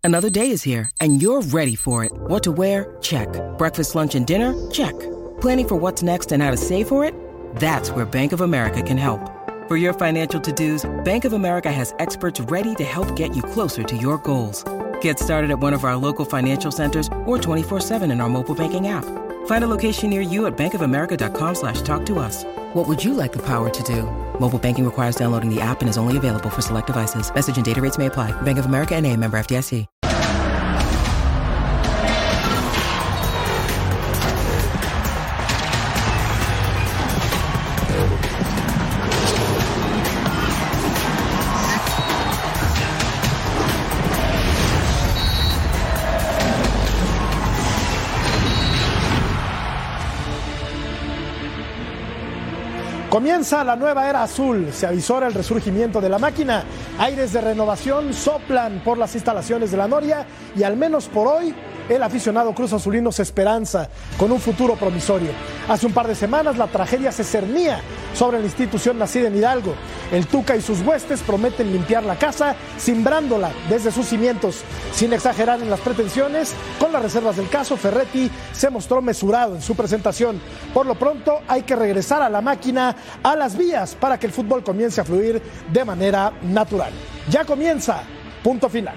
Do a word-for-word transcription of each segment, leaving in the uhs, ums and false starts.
Another day is here, and you're ready for it. What to wear? Check. Breakfast, lunch, and dinner? Check. Planning for what's next and how to save for it? That's where Bank of America can help. For your financial to-dos, Bank of America has experts ready to help get you closer to your goals. Get started at one of our local financial centers or twenty-four seven in our mobile banking app. Find a location near you at bankofamerica.com slash talk to us. What would you like the power to do? Mobile banking requires downloading the app and is only available for select devices. Message and data rates may apply. Bank of America N A, member F D I C. Comienza la nueva era azul, se avisora el resurgimiento de la máquina, aires de renovación soplan por las instalaciones de la Noria y al menos por hoy el aficionado cruz azulino se esperanza con un futuro promisorio. Hace un par de semanas la tragedia se cernía sobre la institución nacida en Hidalgo. El Tuca y sus huestes prometen limpiar la casa, cimbrándola desde sus cimientos. Sin exagerar en las pretensiones, con las reservas del caso, Ferretti se mostró mesurado en su presentación. Por lo pronto hay que regresar a la máquina, a las vías, para que el fútbol comience a fluir de manera natural. Ya comienza, punto final.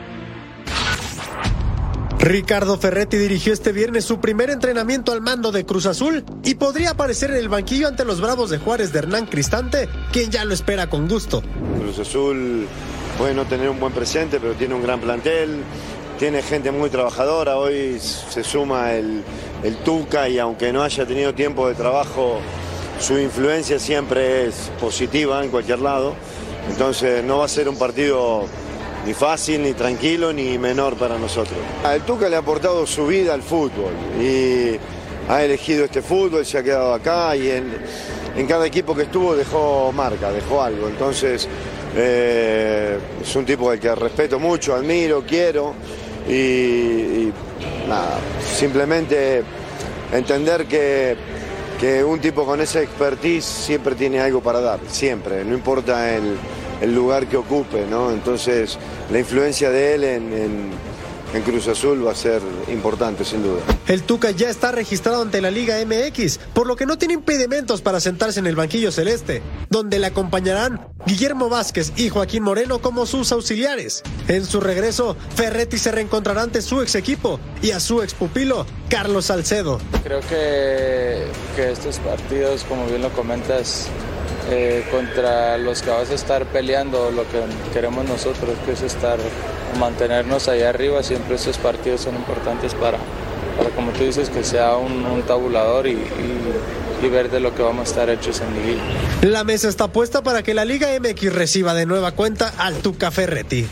Ricardo Ferretti dirigió este viernes su primer entrenamiento al mando de Cruz Azul y podría aparecer en el banquillo ante los Bravos de Juárez de Hernán Cristante, quien ya lo espera con gusto. Cruz Azul puede no tener un buen presente, pero tiene un gran plantel, tiene gente muy trabajadora. Hoy se suma el, el Tuca y aunque no haya tenido tiempo de trabajo, su influencia siempre es positiva en cualquier lado. Entonces no va a ser un partido ni fácil, ni tranquilo, ni menor para nosotros. El Tuca le ha aportado su vida al fútbol y ha elegido este fútbol, se ha quedado acá y en, en cada equipo que estuvo dejó marca, dejó algo. Entonces eh, es un tipo al que respeto mucho, admiro, quiero y, y nada, simplemente entender que, que un tipo con esa expertise siempre tiene algo para dar, siempre, no importa el... el lugar que ocupe, ¿no? Entonces la influencia de él en, en, en Cruz Azul va a ser importante, sin duda. El Tuca ya está registrado ante la Liga M X, por lo que no tiene impedimentos para sentarse en el banquillo celeste, donde le acompañarán Guillermo Vázquez y Joaquín Moreno como sus auxiliares. En su regreso, Ferretti se reencontrará ante su ex equipo y a su ex pupilo, Carlos Salcedo. Creo que, que estos partidos, como bien lo comentas, Eh, contra los que vas a estar peleando, lo que queremos nosotros, que es estar, mantenernos ahí arriba, siempre esos partidos son importantes para, para como tú dices, que sea un, un tabulador y, y, y ver de lo que vamos a estar hechos en liguilla. La mesa está puesta para que la Liga M X reciba de nueva cuenta al Tuca Ferretti.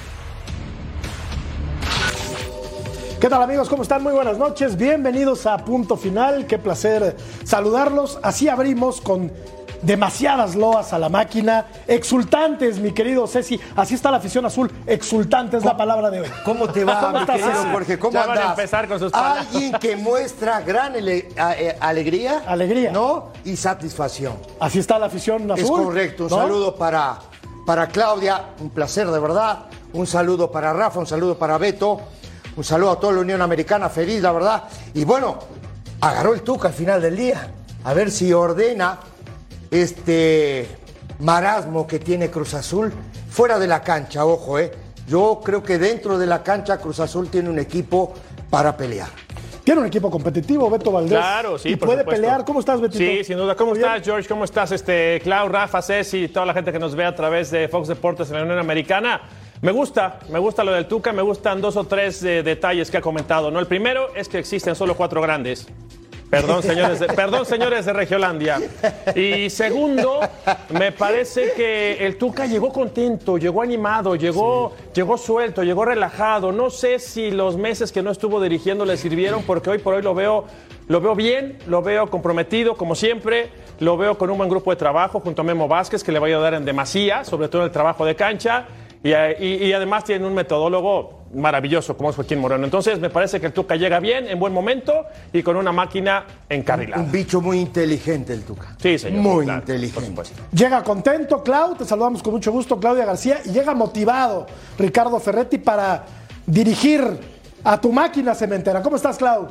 ¿Qué tal, amigos? ¿Cómo están? Muy buenas noches, bienvenidos a Punto Final, qué placer saludarlos. Así abrimos con demasiadas loas a la máquina, exultantes, mi querido Ceci, así está la afición azul, exultante es la palabra de hoy. ¿Cómo te va, ¿Cómo mi estás, querido Ceci? Jorge? ¿Cómo Ya andas? van a empezar con sus palabras. Alguien que muestra gran ele- a- eh, alegría, Alegría. ¿no? Y satisfacción. Así está la afición azul. Es correcto. Un ¿no? saludo para, para Claudia, un placer de verdad. Un saludo para Rafa, un saludo para Beto, un saludo a toda la Unión Americana, feliz, la verdad. Y bueno, agarró el Tuca al final del día. A ver si ordena este marasmo que tiene Cruz Azul fuera de la cancha, ojo, eh. Yo creo que dentro de la cancha Cruz Azul tiene un equipo para pelear. Tiene un equipo competitivo, Beto Valdés. Claro, sí, y por puede supuesto. pelear. ¿Cómo estás, Betito? Sí, sin duda. ¿Cómo ¿Bien? estás, George? ¿Cómo estás, este, Clau, Rafa, Ceci, toda la gente que nos ve a través de Fox Deportes en la Unión Americana? Me gusta, me gusta lo del Tuca, me gustan dos o tres eh, detalles que ha comentado, ¿no? El primero es que existen solo cuatro grandes. Perdón, señores de, perdón, señores de Regiolandia. Y segundo, me parece que el Tuca llegó contento, llegó animado, llegó, sí. llegó suelto, llegó relajado. No sé si los meses que no estuvo dirigiendo le sirvieron, porque hoy por hoy lo veo, lo veo bien, lo veo comprometido, como siempre. Lo veo con un buen grupo de trabajo junto a Memo Vázquez, que le va a ayudar en demasía, sobre todo en el trabajo de cancha. Y, y, y además tiene un metodólogo maravilloso como es Joaquín Moreno. Entonces me parece que el Tuca llega bien, en buen momento y con una máquina encarrilada. Un, un bicho muy inteligente el Tuca. Sí, señor. Muy claro, inteligente. Llega contento, Clau, te saludamos con mucho gusto, Claudia García, y llega motivado Ricardo Ferretti para dirigir a tu máquina cementera. ¿Cómo estás, Clau?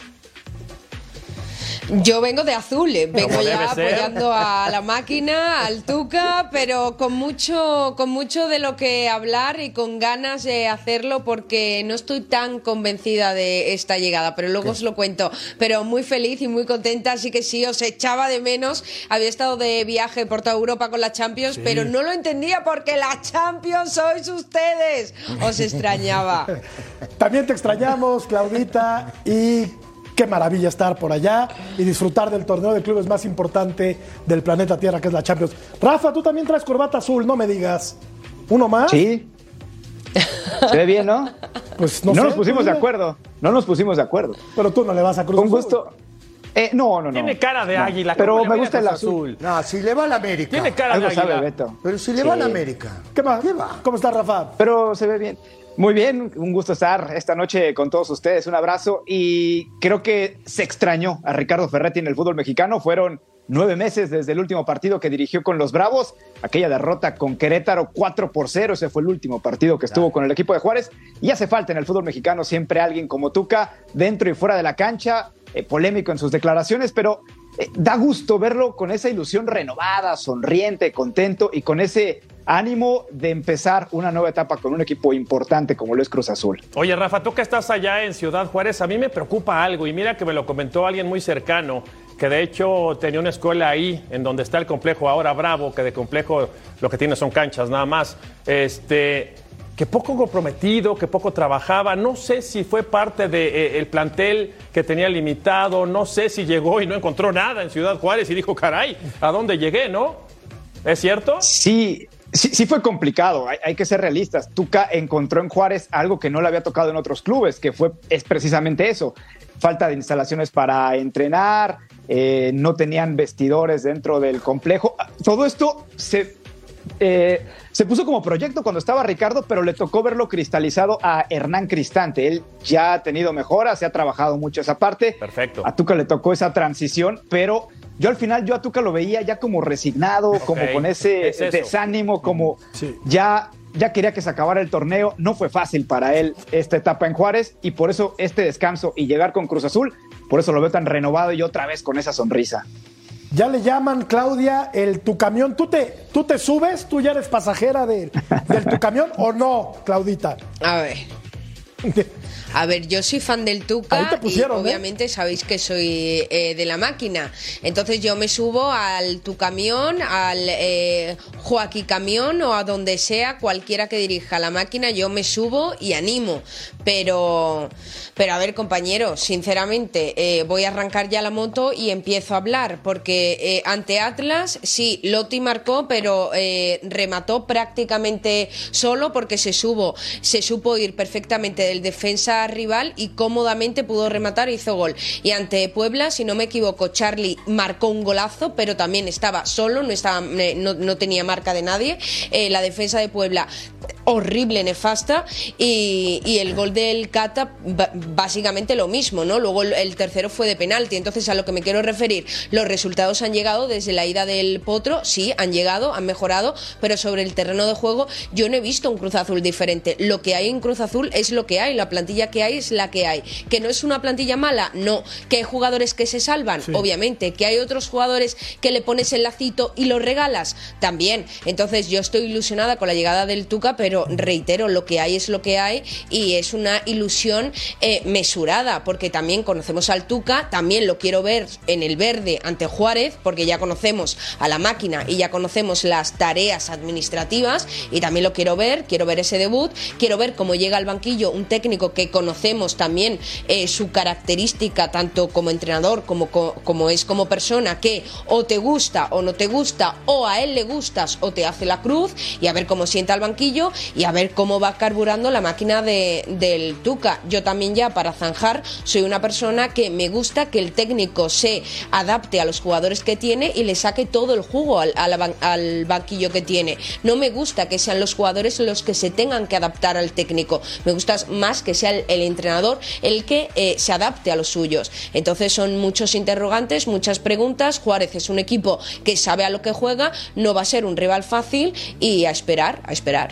Yo vengo de azul, eh. vengo Como ya debe ser. apoyando a la máquina, al Tuca, pero con mucho, con mucho de lo que hablar y con ganas de hacerlo porque no estoy tan convencida de esta llegada, pero luego os lo cuento. Pero muy feliz y muy contenta, así que sí, os echaba de menos. Había estado de viaje por toda Europa con la Champions, sí. pero no lo entendía porque la Champions sois ustedes. Os extrañaba. También te extrañamos, Claudita, y qué maravilla estar por allá y disfrutar del torneo de clubes más importante del planeta Tierra, que es la Champions. Rafa, tú también traes corbata azul, no me digas. ¿Uno más? Sí. Se ve bien, ¿no? Pues no, no sé, nos pusimos de acuerdo. No nos pusimos de acuerdo. Pero tú no le vas a Cruz Con Azul. gusto. Eh, no, no, no. Tiene cara de no. águila. Pero me gusta el azul. azul. No, si le va a la América. Tiene cara Algo de águila. sabe Beto. Pero si le Sí. va a la América. ¿Qué más? ¿Qué va? ¿Cómo estás, Rafa? Pero se ve bien. Muy bien, un gusto estar esta noche con todos ustedes. Un abrazo. Y creo que se extrañó a Ricardo Ferretti en el fútbol mexicano. Fueron nueve meses desde el último partido que dirigió con los Bravos. Aquella derrota con Querétaro cuatro por cero. Ese fue el último partido que estuvo con el equipo de Juárez. Y hace falta en el fútbol mexicano siempre alguien como Tuca, dentro y fuera de la cancha, eh, polémico en sus declaraciones, pero eh, da gusto verlo con esa ilusión renovada, sonriente, contento y con ese ánimo de empezar una nueva etapa con un equipo importante como lo es Cruz Azul. Oye, Rafa, tú que estás allá en Ciudad Juárez, a mí me preocupa algo, y mira que me lo comentó alguien muy cercano, que de hecho tenía una escuela ahí, en donde está el complejo ahora Bravo, que de complejo lo que tiene son canchas nada más, este, que poco comprometido, que poco trabajaba, no sé si fue parte del de, plantel que tenía limitado, no sé si llegó y no encontró nada en Ciudad Juárez y dijo, caray, ¿a dónde llegué, no? ¿Es cierto? Sí. Sí, sí fue complicado, hay, hay que ser realistas. Tuca encontró en Juárez algo que no le había tocado en otros clubes, que fue es precisamente eso. Falta de instalaciones para entrenar, eh, no tenían vestidores dentro del complejo. Todo esto se, eh, se puso como proyecto cuando estaba Ricardo, pero le tocó verlo cristalizado a Hernán Cristante. Él ya ha tenido mejoras, se ha trabajado mucho esa parte. Perfecto. A Tuca le tocó esa transición, pero yo al final, yo a Tuca lo veía ya como resignado, okay, como con ese es desánimo, como sí. ya, ya quería que se acabara el torneo. No fue fácil para él esta etapa en Juárez y por eso este descanso y llegar con Cruz Azul, por eso lo veo tan renovado y otra vez con esa sonrisa. Ya le llaman, Claudia, el tu camión. ¿Tú te, tú te subes? ¿Tú ya eres pasajera de, del tu camión o no, Claudita? A ver... A ver, yo soy fan del Tuca. Ahí te pusieron, y obviamente ¿eh? sabéis que soy eh, de la máquina. Entonces yo me subo al Tu Camión, al eh, Joaquín Camión o a donde sea, cualquiera que dirija la máquina, yo me subo y animo. Pero, pero a ver, compañeros, sinceramente, eh, voy a arrancar ya la moto y empiezo a hablar, porque eh, ante Atlas, sí, Lotti marcó, pero eh, remató prácticamente solo porque se, subo, se supo ir perfectamente del defensa rival y cómodamente pudo rematar e hizo gol. Y ante Puebla, si no me equivoco, Charlie marcó un golazo, pero también estaba solo, no, estaba, no, no tenía marca de nadie. Eh, la defensa de Puebla, horrible, nefasta, y, y el gol del Cata, básicamente lo mismo, ¿no? Luego el, el tercero fue de penalti. Entonces, a lo que me quiero referir, los resultados han llegado desde la ida del Potro, sí, han llegado, han mejorado, pero sobre el terreno de juego yo no he visto un Cruz Azul diferente. Lo que hay en Cruz Azul es lo que hay, la plantilla que hay es la que hay. ¿Que no es una plantilla mala? No. ¿Que hay jugadores que se salvan? Sí. Obviamente. ¿Que hay otros jugadores que le pones el lacito y los regalas? También. Entonces yo estoy ilusionada con la llegada del Tuca, pero reitero, lo que hay es lo que hay y es una ilusión eh, mesurada, porque también conocemos al Tuca, también lo quiero ver en el verde ante Juárez, porque ya conocemos a la máquina y ya conocemos las tareas administrativas, y también lo quiero ver, quiero ver ese debut, quiero ver cómo llega al banquillo un técnico que conocemos también eh, su característica tanto como entrenador como, como es como persona, que o te gusta o no te gusta, o a él le gustas o te hace la cruz, y a ver cómo sienta al banquillo y a ver cómo va carburando la máquina de, del Tuca. Yo también, ya para zanjar, soy una persona que me gusta que el técnico se adapte a los jugadores que tiene y le saque todo el jugo al, al, al banquillo que tiene. No me gusta que sean los jugadores los que se tengan que adaptar al técnico, me gusta más que sea el, el entrenador el que eh, se adapte a los suyos. Entonces son muchos interrogantes, muchas preguntas. Juárez es un equipo que sabe a lo que juega, no va a ser un rival fácil, y a esperar, a esperar.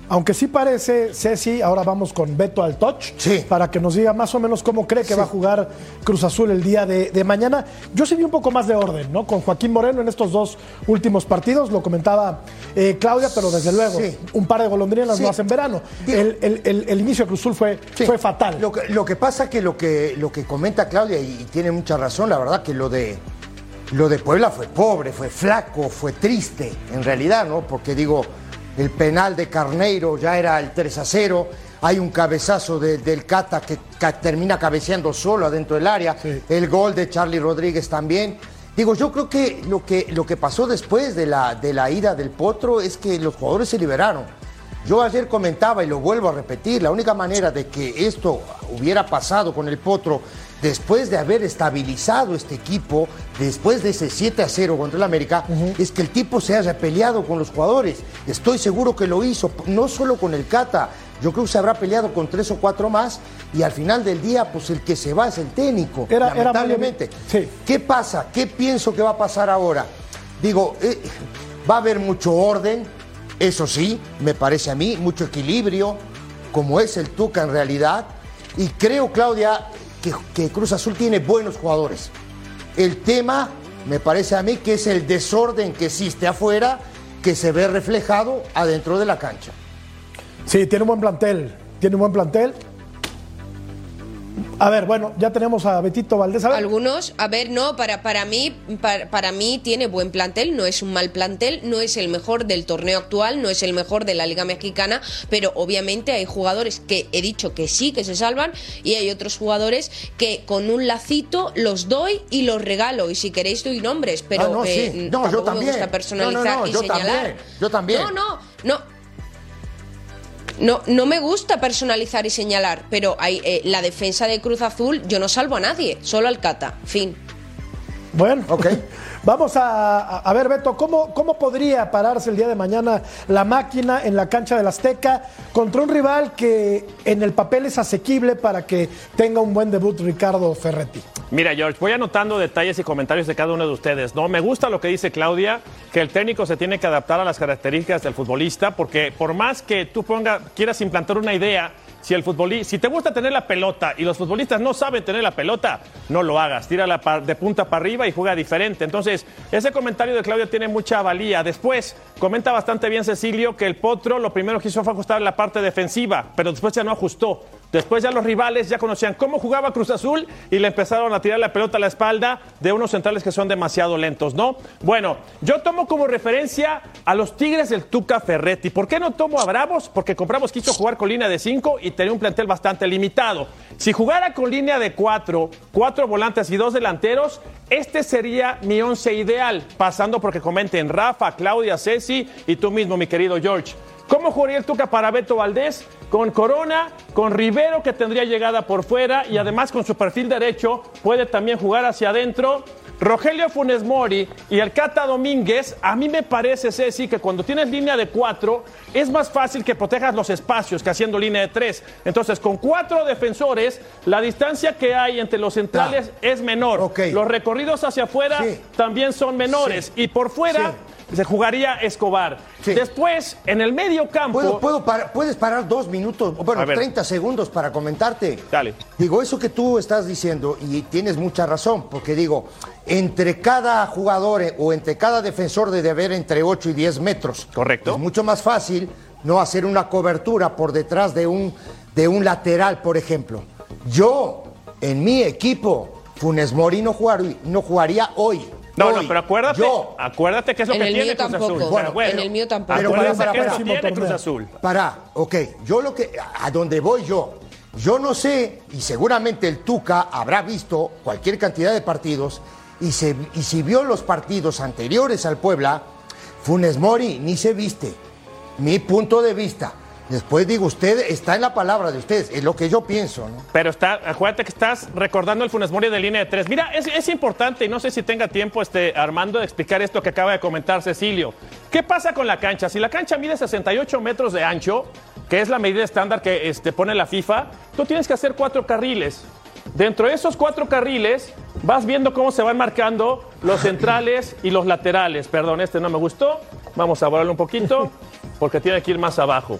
Aunque sí parece, Ceci, ahora vamos con Beto al touch, sí. para que nos diga más o menos cómo cree que sí. va a jugar Cruz Azul el día de, de mañana. Yo sí vi un poco más de orden, ¿no? Con Joaquín Moreno en estos dos últimos partidos, lo comentaba eh, Claudia, pero desde luego, sí. un par de golondrinas sí. no hacen verano. El, el, el, el inicio de Cruz Azul fue, sí. fue fatal. Lo que, lo que pasa que lo que lo que comenta Claudia, y tiene mucha razón, la verdad, que lo de lo de Puebla fue pobre, fue flaco, fue triste, en realidad, ¿no? Porque digo, el penal de Carneiro ya era el tres a cero, hay un cabezazo de, del Cata que, que termina cabeceando solo adentro del área, sí. el gol de Charlie Rodríguez también. Digo, yo creo que lo que, lo que pasó después de la, de la ida del Potro es que los jugadores se liberaron. Yo ayer comentaba y lo vuelvo a repetir, la única manera de que esto hubiera pasado con el Potro, después de haber estabilizado este equipo, después de ese siete a cero contra el América, uh-huh. es que el tipo se haya peleado con los jugadores. Estoy seguro que lo hizo, no solo con el Cata, yo creo que se habrá peleado con tres o cuatro más, y al final del día, pues el que se va es el técnico, era, lamentablemente. Era sí. ¿Qué pasa? ¿Qué pienso que va a pasar ahora? Digo, eh, va a haber mucho orden, eso sí, me parece a mí, mucho equilibrio, como es el Tuca en realidad, y creo, Claudia, que, que Cruz Azul tiene buenos jugadores. El tema, me parece a mí, que es el desorden que existe afuera, que se ve reflejado adentro de la cancha. Sí, tiene un buen plantel, tiene un buen plantel. A ver, bueno, ya tenemos a Betito Valdés. A ver. Algunos, a ver, no, para, para mí para, para mí tiene buen plantel, no es un mal plantel, no es el mejor del torneo actual, no es el mejor de la Liga Mexicana, pero obviamente hay jugadores que he dicho que sí, que se salvan, y hay otros jugadores que con un lacito los doy y los regalo, y si queréis doy nombres, pero ah, no, eh, sí. no, tampoco yo también. me gusta personalizar no, no, no, y yo señalar. También, yo también. No, no, no. No, no me gusta personalizar y señalar, pero hay, eh, la defensa de Cruz Azul, yo no salvo a nadie, solo al Cata, fin. Bueno, ok. Vamos a, a ver, Beto, ¿cómo, ¿cómo podría pararse el día de mañana la máquina en la cancha del Azteca contra un rival que en el papel es asequible para que tenga un buen debut Ricardo Ferretti? Mira, George, voy anotando detalles y comentarios de cada uno de ustedes, ¿no? Me gusta lo que dice Claudia, que el técnico se tiene que adaptar a las características del futbolista, porque por más que tú ponga, quieras implantar una idea, si el futbolista, si te gusta tener la pelota y los futbolistas no saben tener la pelota, no lo hagas, tírala de punta para arriba y juega diferente. Entonces, ese comentario de Claudia tiene mucha valía. Después, comenta bastante bien Cecilio que el Potro lo primero que hizo fue ajustar la parte defensiva, pero después ya no ajustó. Después ya los rivales ya conocían cómo jugaba Cruz Azul y le empezaron a tirar la pelota a la espalda de unos centrales que son demasiado lentos, ¿no? Bueno, yo tomo como referencia a los Tigres del Tuca Ferretti. ¿Por qué no tomo a Bravos? Porque con Bravos quiso jugar con línea de cinco y tenía un plantel bastante limitado. Si jugara con línea de cuatro, cuatro volantes y dos delanteros, este sería mi once ideal, pasando porque comenten Rafa, Claudia, Ceci y tú mismo, mi querido George. ¿Cómo jugaría el Tuca para Beto Valdés? Con Corona, con Rivero, que tendría llegada por fuera, y además con su perfil derecho puede también jugar hacia adentro. Rogelio Funes Mori y el Cata Domínguez, a mí me parece, Ceci, que cuando tienes línea de cuatro es más fácil que protejas los espacios que haciendo línea de tres. Entonces, con cuatro defensores, la distancia que hay entre los centrales ah, es menor. Okay. Los recorridos hacia afuera sí. también son menores. Sí. Y por fuera... Sí. Se jugaría Escobar. Sí. Después, en el medio campo... ¿Puedo, puedo par- ¿Puedes parar dos minutos, bueno, treinta segundos para comentarte? Dale. Digo, eso que tú estás diciendo, y tienes mucha razón, porque digo, entre cada jugador o entre cada defensor debe haber entre ocho y diez metros. Correcto. Es mucho más fácil no hacer una cobertura por detrás de un, de un lateral, por ejemplo. Yo, en mi equipo, Funes Mori no jugaría, no jugaría hoy. No, Hoy, no, pero acuérdate, yo, acuérdate que es lo en que el tiene mío Cruz tampoco. Azul. Bueno, bueno, en el mío tampoco. Pero acuérdate para, que para, eso para, tiene Cruz Azul. Para, ok, yo lo que, a donde voy yo, yo no sé, y seguramente el Tuca habrá visto cualquier cantidad de partidos, y, se, y si vio los partidos anteriores al Puebla, Funes Mori ni se viste. Mi punto de vista. Después digo, usted está en la palabra de ustedes, es lo que yo pienso, ¿no? Pero está, acuérdate que estás recordando el Funes Mori de línea de tres. Mira, es, es importante, y no sé si tenga tiempo este Armando de explicar esto que acaba de comentar Cecilio. ¿Qué pasa con la cancha? Si la cancha mide sesenta y ocho metros de ancho, que es la medida estándar que este, pone la FIFA, tú tienes que hacer cuatro carriles. Dentro de esos cuatro carriles vas viendo cómo se van marcando los centrales y los laterales. Perdón, este no me gustó. Vamos a borrarlo un poquito porque tiene que ir más abajo.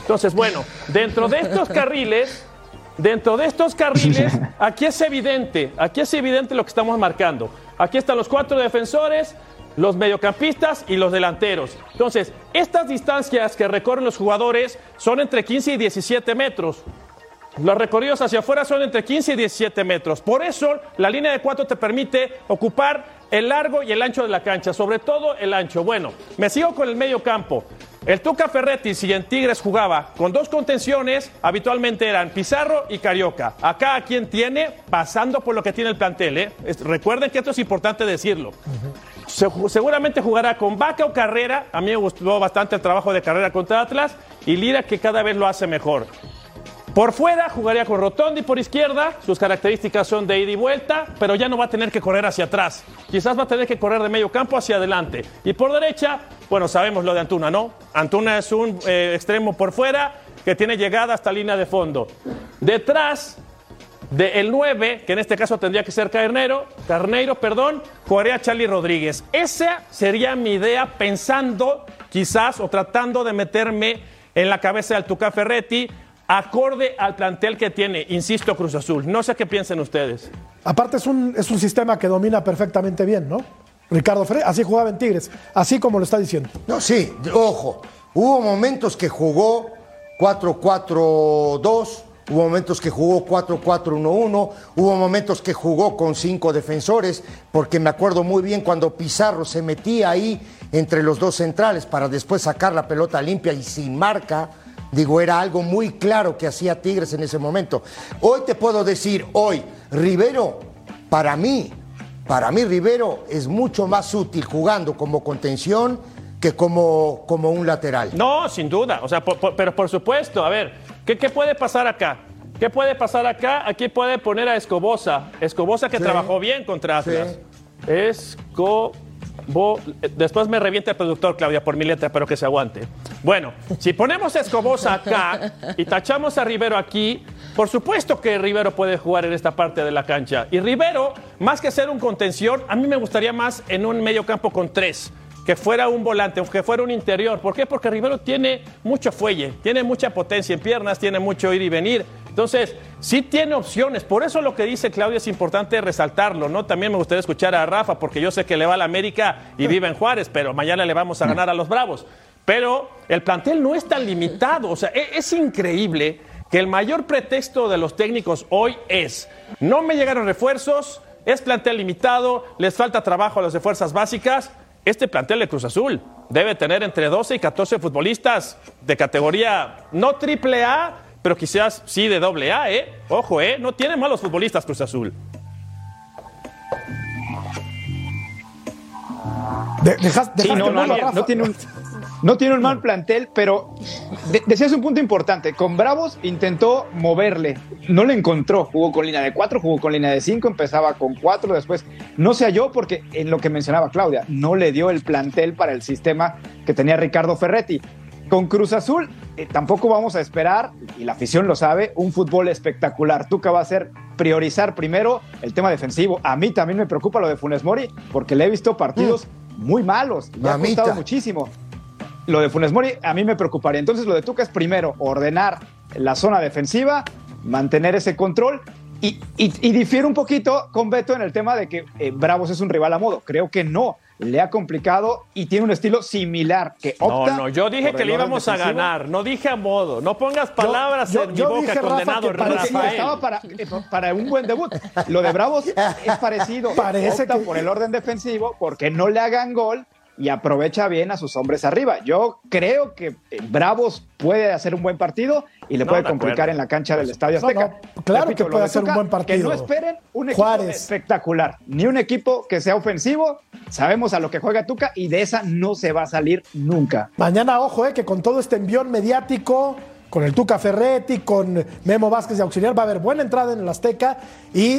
Entonces, bueno, dentro de estos carriles, dentro de estos carriles, aquí es evidente, aquí es evidente lo que estamos marcando. Aquí están los cuatro defensores, los mediocampistas y los delanteros. Entonces, estas distancias que recorren los jugadores son entre quince y diecisiete metros. Los recorridos hacia afuera son entre quince y diecisiete metros. Por eso, la línea de cuatro te permite ocupar el largo y el ancho de la cancha, sobre todo el ancho. Bueno, me sigo con el medio campo. El Tuca Ferretti, si en Tigres jugaba con dos contenciones, habitualmente eran Pizarro y Carioca. Acá, ¿a quién tiene? Pasando por lo que tiene el plantel, ¿eh? Recuerden que esto es importante decirlo. Uh-huh. Se, seguramente jugará con Vaca o Carrera. A mí me gustó bastante el trabajo de Carrera contra Atlas. Y Lira, que cada vez lo hace mejor. Por fuera jugaría con Rotondi por izquierda, sus características son de ida y vuelta, pero ya no va a tener que correr hacia atrás. Quizás va a tener que correr de medio campo hacia adelante. Y por derecha, bueno, sabemos lo de Antuna, ¿no? Antuna es un eh, extremo por fuera que tiene llegada hasta línea de fondo. Detrás del nueve, que en este caso tendría que ser Carneiro, Carneiro, perdón, jugaría Charly Rodríguez. Esa sería mi idea, pensando quizás o tratando de meterme en la cabeza del Tuca Ferretti, acorde al plantel que tiene, insisto, Cruz Azul. No sé qué piensen ustedes. Aparte es un, es un sistema que domina perfectamente bien, ¿no? Ricardo Ferretti, así jugaba en Tigres, así como lo está diciendo. No, sí, ojo, hubo momentos que jugó cuatro cuatro dos, hubo momentos que jugó cuatro cuatro uno uno, hubo momentos que jugó con cinco defensores, porque me acuerdo muy bien cuando Pizarro se metía ahí entre los dos centrales para después sacar la pelota limpia y sin marca. Digo, era algo muy claro que hacía Tigres en ese momento. Hoy te puedo decir, hoy, Rivero, para mí, para mí Rivero es mucho más útil jugando como contención que como, como un lateral. No, sin duda, o sea, por, por, pero por supuesto, a ver, ¿qué, ¿qué puede pasar acá? ¿Qué puede pasar acá? Aquí puede poner a Escobosa, Escobosa que sí. Trabajó bien contra Atlas. Sí. Escobosa. Bo, después me revienta el productor, Claudia, por mi letra, pero que se aguante. Bueno, si ponemos a Escobosa acá y tachamos a Rivero aquí, por supuesto que Rivero puede jugar en esta parte de la cancha. Y Rivero, más que ser un contención, a mí me gustaría más en un medio campo con tres, que fuera un volante, que fuera un interior. ¿Por qué? Porque Rivero tiene mucho fuelle, tiene mucha potencia en piernas, tiene mucho ir y venir. Entonces, sí tiene opciones. Por eso lo que dice Claudia es importante resaltarlo, ¿no? También me gustaría escuchar a Rafa, porque yo sé que le va a la América y vive en Juárez, pero mañana le vamos a ganar a los Bravos. Pero el plantel no es tan limitado. O sea, es, es increíble que el mayor pretexto de los técnicos hoy es: no me llegaron refuerzos, es plantel limitado, les falta trabajo a los de fuerzas básicas. Este plantel de Cruz Azul debe tener entre doce y catorce futbolistas de categoría no triple A, pero quizás sí de doble A, ¿eh? Ojo, ¿eh? No tiene malos futbolistas Cruz Azul. De, dejas, dejas sí, no, no, no, no, tiene un, no tiene un mal plantel, pero de, decías un punto importante. Con Bravos intentó moverle, no le encontró. Jugó con línea de cuatro, jugó con línea de cinco, empezaba con cuatro, después no se halló porque, en lo que mencionaba Claudia, no le dio el plantel para el sistema que tenía Ricardo Ferretti. Con Cruz Azul eh, tampoco vamos a esperar, y la afición lo sabe, un fútbol espectacular. Tuca va a hacer priorizar primero el tema defensivo. A mí también me preocupa lo de Funes Mori, porque le he visto partidos mm. muy malos, me ha costado muchísimo. Lo de Funes Mori a mí me preocuparía. Entonces lo de Tuca es primero ordenar la zona defensiva, mantener ese control, y, y, y difiere un poquito con Beto en el tema de que eh, Bravos es un rival a modo. Creo que no. Le ha complicado y tiene un estilo similar que opta. No, no, yo dije que le íbamos a ganar, no dije a modo. No pongas palabras yo, yo, en yo mi boca, dije, condenado Rafa, Rafael. Estaba para, para un buen debut. Lo de Bravos es parecido. Parece opta que... por el orden defensivo, porque no le hagan gol y aprovecha bien a sus hombres arriba. Yo creo que Bravos puede hacer un buen partido y le no, puede complicar en la cancha del Estadio Azteca. No, no, claro Repito, que puede hacer Tuca, un buen partido. Que no esperen un equipo Juárez. espectacular, ni un equipo que sea ofensivo. Sabemos a lo que juega Tuca y de esa no se va a salir nunca. Mañana, ojo, eh, que con todo este envión mediático, con el Tuca Ferretti, con Memo Vázquez de auxiliar, va a haber buena entrada en el Azteca y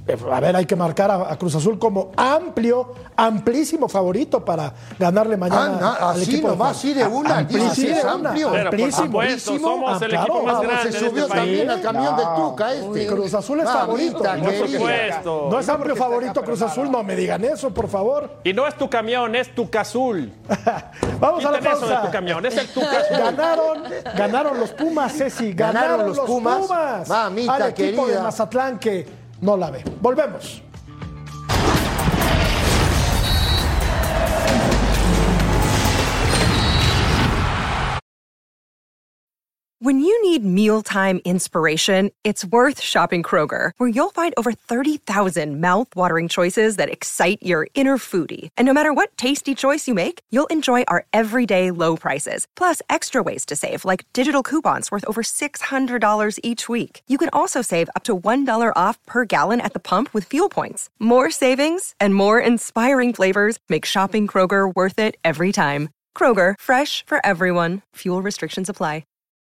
a ver, hay que marcar a, a Cruz Azul como amplio, amplísimo favorito para ganarle mañana ah, no, al así equipo. nomás, así de una, amplísimo, así de amplio, Pero por amplísimo, supuesto, somos ah, el claro, equipo más ah, grande se de subió este también país. al camión No. del Tuca este. Cruz Azul es favorito. Mamita Por querida. supuesto. No es amplio favorito Cruz Azul, no me digan eso, por favor. Y no es tu camión, es tu Azul. Vamos a la Quiten eso de pausa. tu camión, es el Tuca Azul. Ganaron, ganaron los Pumas, Ceci. Ganaron, Ganaron los los Pumas. Pumas. Mamita al equipo querida. de Mazatlán que no la ve. Volvemos. When you need mealtime inspiration, it's worth shopping Kroger, where you'll find over thirty thousand mouth-watering choices that excite your inner foodie. And no matter what tasty choice you make, you'll enjoy our everyday low prices, plus extra ways to save, like digital coupons worth over six hundred dollars each week. You can also save up to one dollar off per gallon at the pump with fuel points. More savings and more inspiring flavors make shopping Kroger worth it every time. Kroger, fresh for everyone. Fuel restrictions apply.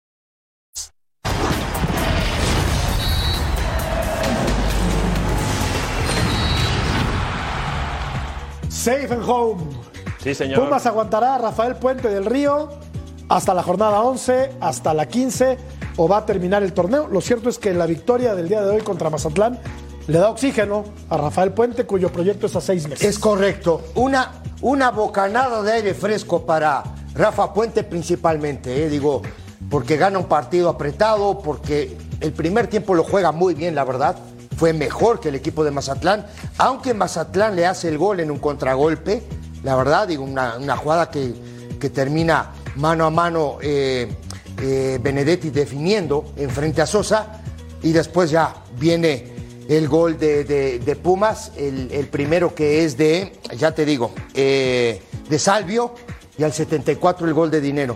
Safe and home. Sí, señor. Pumas aguantará a Rafael Puente del Río hasta la jornada once, hasta la quince, o va a terminar el torneo. Lo cierto es que la victoria del día de hoy contra Mazatlán le da oxígeno a Rafael Puente, cuyo proyecto es a seis meses. Es correcto. Una, una bocanada de aire fresco para Rafa Puente principalmente, eh, digo, porque gana un partido apretado, porque el primer tiempo lo juega muy bien, la verdad. Fue mejor que el equipo de Mazatlán, aunque Mazatlán le hace el gol en un contragolpe, la verdad, digo, una, una jugada que, que termina mano a mano eh, eh, Benedetti definiendo en frente a Sosa, y después ya viene el gol de, de, de Pumas, el, el primero que es de, ya te digo, eh, de Salvio, y al setenta y cuatro el gol de Dinero.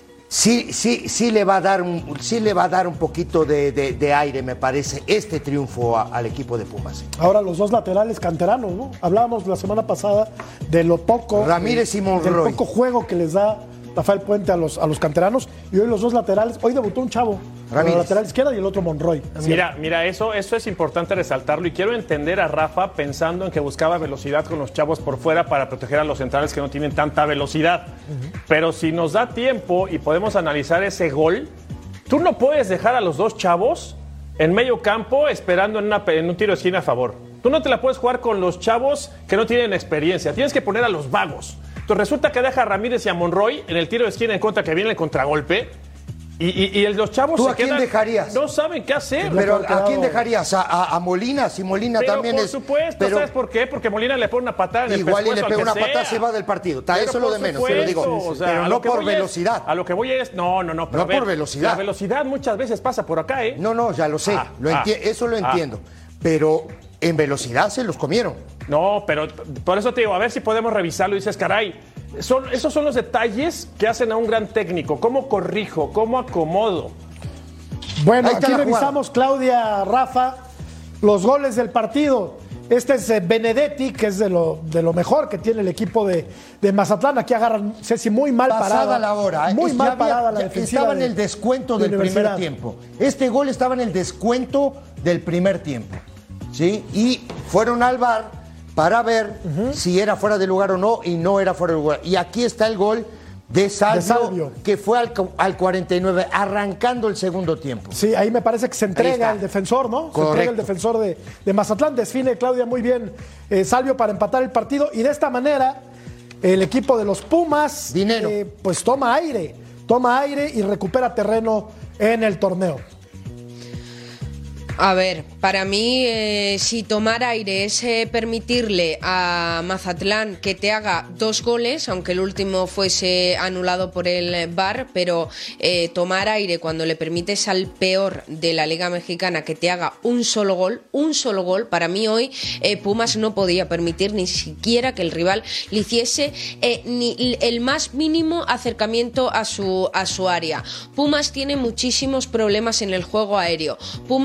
Sí, sí, sí le va a dar un, sí le va a dar un poquito de, de, de aire, me parece, este triunfo a, al equipo de Pumas. Ahora los dos laterales canteranos, ¿no? Hablábamos la semana pasada de lo poco, Ramírez eh, y Monroy, del poco juego que les da Rafael Puente a los, a los canteranos, y hoy los dos laterales, hoy debutó un chavo, Ramírez, el lateral izquierda, y el otro Monroy. Mira, mira, eso, eso es importante resaltarlo, y quiero entender a Rafa pensando en que buscaba velocidad con los chavos por fuera para proteger a los centrales que no tienen tanta velocidad. Uh-huh. Pero si nos da tiempo y podemos analizar ese gol, tú no puedes dejar a los dos chavos en medio campo esperando en, una, en un tiro de esquina a favor. Tú no te la puedes jugar con los chavos que no tienen experiencia, tienes que poner a los vagos. Entonces resulta que deja a Ramírez y a Monroy en el tiro de esquina en contra, que viene el contragolpe. Y, y, y los chavos ¿Tú se a quién quedan, dejarías? No saben qué hacer. Pero ¿a quién dejarías? ¿A, a, a Molina? Si Molina pero también por es... Por supuesto, pero, ¿sabes por qué? Porque Molina le pone una patada en el igual pescuezo y le pega una sea. patada, se va del partido. Está, eso es lo de menos, pero digo, o sea, pero no por velocidad. Es, a lo que voy es, no, no, no. Pero no a ver, por velocidad. La velocidad muchas veces pasa por acá, ¿eh? No, no, ya lo sé, ah, lo ah, eso lo ah. entiendo. Pero en velocidad se los comieron. No, pero por eso te digo, a ver si podemos revisarlo. Y dices, caray, son, esos son los detalles que hacen a un gran técnico. ¿Cómo corrijo? ¿Cómo acomodo? Bueno, aquí revisamos, Claudia, Rafa, los goles del partido. Este es eh, Benedetti, que es de lo, de lo mejor que tiene el equipo de, de Mazatlán. Aquí agarran, Ceci, muy mal Pasada parada. la hora. Muy es mal había, parada la defensiva. Estaba en de, el descuento de del primer tiempo. Este gol estaba en el descuento del primer tiempo. ¿Sí? Y fueron al V A R para ver uh-huh. si era fuera de lugar o no, y no era fuera de lugar. Y aquí está el gol de Salvio, de Salvio. que fue al, al cuarenta y nueve, arrancando el segundo tiempo. Sí, ahí me parece que se entrega el defensor, ¿no? Correcto. Se entrega el defensor de, de Mazatlán. Define, Claudia, muy bien eh, Salvio para empatar el partido. Y de esta manera, el equipo de los Pumas, Dinero. Eh, pues toma aire, toma aire y recupera terreno en el torneo. A ver, para mí, eh, si tomar aire es eh, permitirle a Mazatlán que te haga dos goles, aunque el último fuese anulado por el V A R, pero eh, tomar aire cuando le permites al peor de la Liga Mexicana que te haga un solo gol, un solo gol, para mí hoy eh, Pumas no podía permitir ni siquiera que el rival le hiciese eh, ni el más mínimo acercamiento a su, a su área. Pumas tiene muchísimos problemas en el juego aéreo. Pumas tiene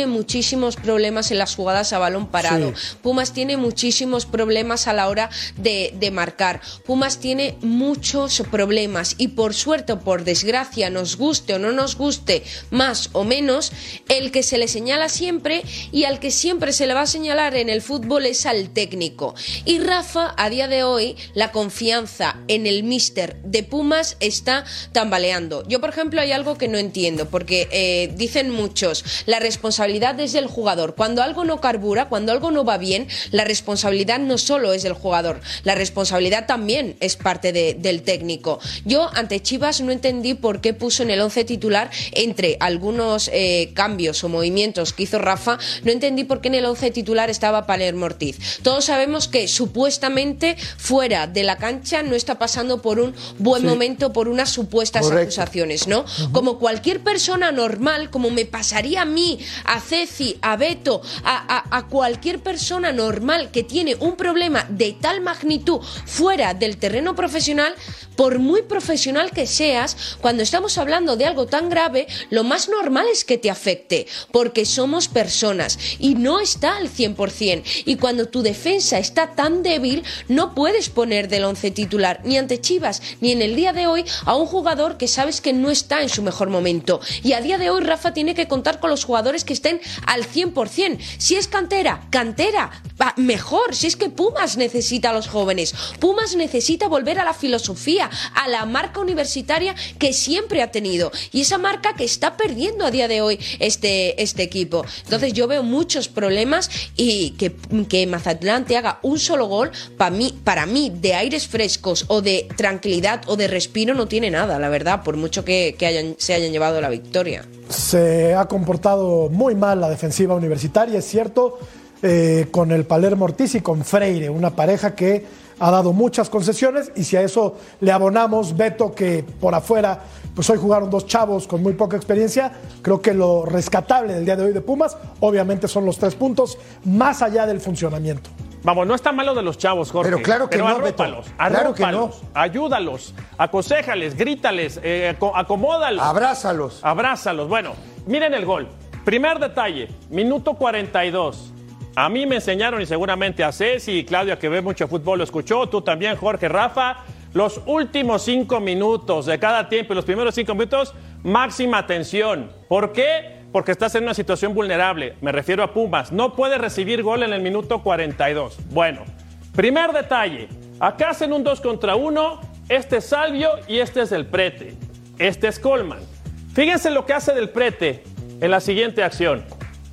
muchísimos problemas en las jugadas a balón parado. Sí. Pumas tiene muchísimos problemas a la hora de, de marcar. Pumas tiene muchos problemas y por suerte o por desgracia, nos guste o no nos guste, más o menos, el que se le señala siempre y al que siempre se le va a señalar en el fútbol es al técnico. Y Rafa, a día de hoy, la confianza en el míster de Pumas está tambaleando. Yo, por ejemplo, hay algo que no entiendo, porque eh, dicen muchos, la responsabilidad es del jugador. Cuando algo no carbura, cuando algo no va bien, la responsabilidad no solo es del jugador, la responsabilidad también es parte de, del técnico. Yo, ante Chivas, no entendí por qué puso en el once titular, entre algunos eh, cambios o movimientos que hizo Rafa, no entendí por qué en el once titular estaba Palermo Ortiz. Todos sabemos que supuestamente fuera de la cancha no está pasando por un buen sí. momento, por unas supuestas Correcto. acusaciones, ¿no? Uh-huh. Como cualquier persona normal, como me pasaría a mí, a Ceci, a Beto, a, a, a cualquier persona normal que tiene un problema de tal magnitud fuera del terreno profesional, por muy profesional que seas, cuando estamos hablando de algo tan grave, lo más normal es que te afecte, porque somos personas y no está al cien por ciento. Y cuando tu defensa está tan débil, no puedes poner del once titular ni ante Chivas ni en el día de hoy a un jugador que sabes que no está en su mejor momento. Y a día de hoy Rafa tiene que contar con los jugadores que estén al cien por ciento. Si es cantera, cantera, mejor. Si es que Pumas necesita a los jóvenes, Pumas necesita volver a la filosofía, a la marca universitaria que siempre ha tenido, y esa marca que está perdiendo a día de hoy este, este equipo. Entonces yo veo muchos problemas, y que, que Mazatlán te haga un solo gol, para mí, para mí de aires frescos o de tranquilidad o de respiro no tiene nada, la verdad, por mucho que, que hayan, se hayan llevado la victoria. Se ha comportado muy mal la defensiva universitaria, es cierto, eh, con el Palermo Ortiz y con Freire, una pareja que ha dado muchas concesiones, y si a eso le abonamos, Beto, que por afuera, pues hoy jugaron dos chavos con muy poca experiencia, creo que lo rescatable del día de hoy de Pumas, obviamente son los tres puntos, más allá del funcionamiento. Vamos, no está malo de los chavos, Jorge. Pero claro que pero no, arrópalos, Beto. Arrópalos, Claro que no. Ayúdalos, aconséjales, grítales, eh, acomódalos. Abrázalos. Abrázalos. Bueno, miren el gol. Primer detalle, minuto cuarenta y dos. A mí me enseñaron, y seguramente a Ceci y Claudia, que ve mucho fútbol, lo escuchó, tú también, Jorge, Rafa, los últimos cinco minutos de cada tiempo y los primeros cinco minutos, máxima atención. ¿Por qué? Porque estás en una situación vulnerable. Me refiero a Pumas. No puede recibir gol en el minuto cuarenta y dos. Bueno, primer detalle. Acá hacen un dos contra uno. Este es Salvio y este es Del Prete. Este es Coleman. Fíjense lo que hace Del Prete en la siguiente acción.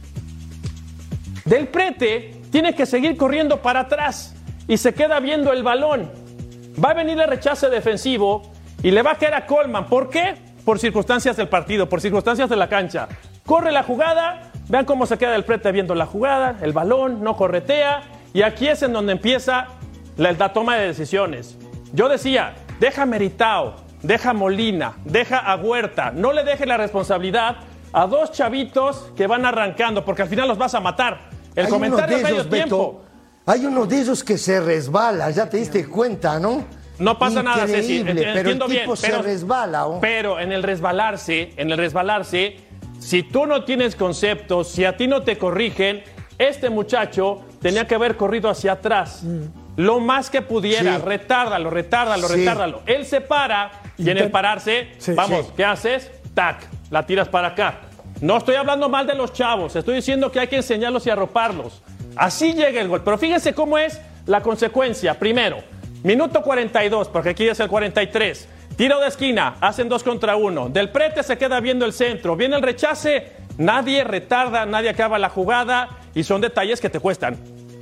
Del Prete tiene que seguir corriendo para atrás y se queda viendo el balón. Va a venir el rechace defensivo y le va a caer a Coleman. ¿Por qué? Por circunstancias del partido, por circunstancias de la cancha. Corre la jugada, vean cómo se queda Del Prete viendo la jugada, el balón, no corretea, y aquí es en donde empieza la, la toma de decisiones. Yo decía, deja a Meritao, deja a Molina, deja a Huerta, no le deje la responsabilidad a dos chavitos que van arrancando, porque al final los vas a matar. El hay comentario de medio esos, tiempo. Beto, hay uno de esos que se resbala, ya te diste cuenta, ¿no? No pasa nada, Ceci, pero entiendo el tipo bien. se Pero, resbala. ¿Oh? pero en el resbalarse, en el resbalarse, si tú no tienes conceptos, si a ti no te corrigen, este muchacho tenía que haber corrido hacia atrás. Mm. Lo más que pudiera, sí. retárdalo, retárdalo, sí. retárdalo. Él se para y en el pararse, sí, vamos, sí. ¿qué haces? Tac, la tiras para acá. No estoy hablando mal de los chavos, estoy diciendo que hay que enseñarlos y arroparlos. Así llega el gol. Pero fíjense cómo es la consecuencia. Primero, minuto cuarenta y dos, porque aquí es el cuarenta y tres. Tiro de esquina, hacen dos contra uno. Del Prete se queda viendo el centro. Viene el rechace, nadie retarda, nadie acaba la jugada, y son detalles que te cuestan.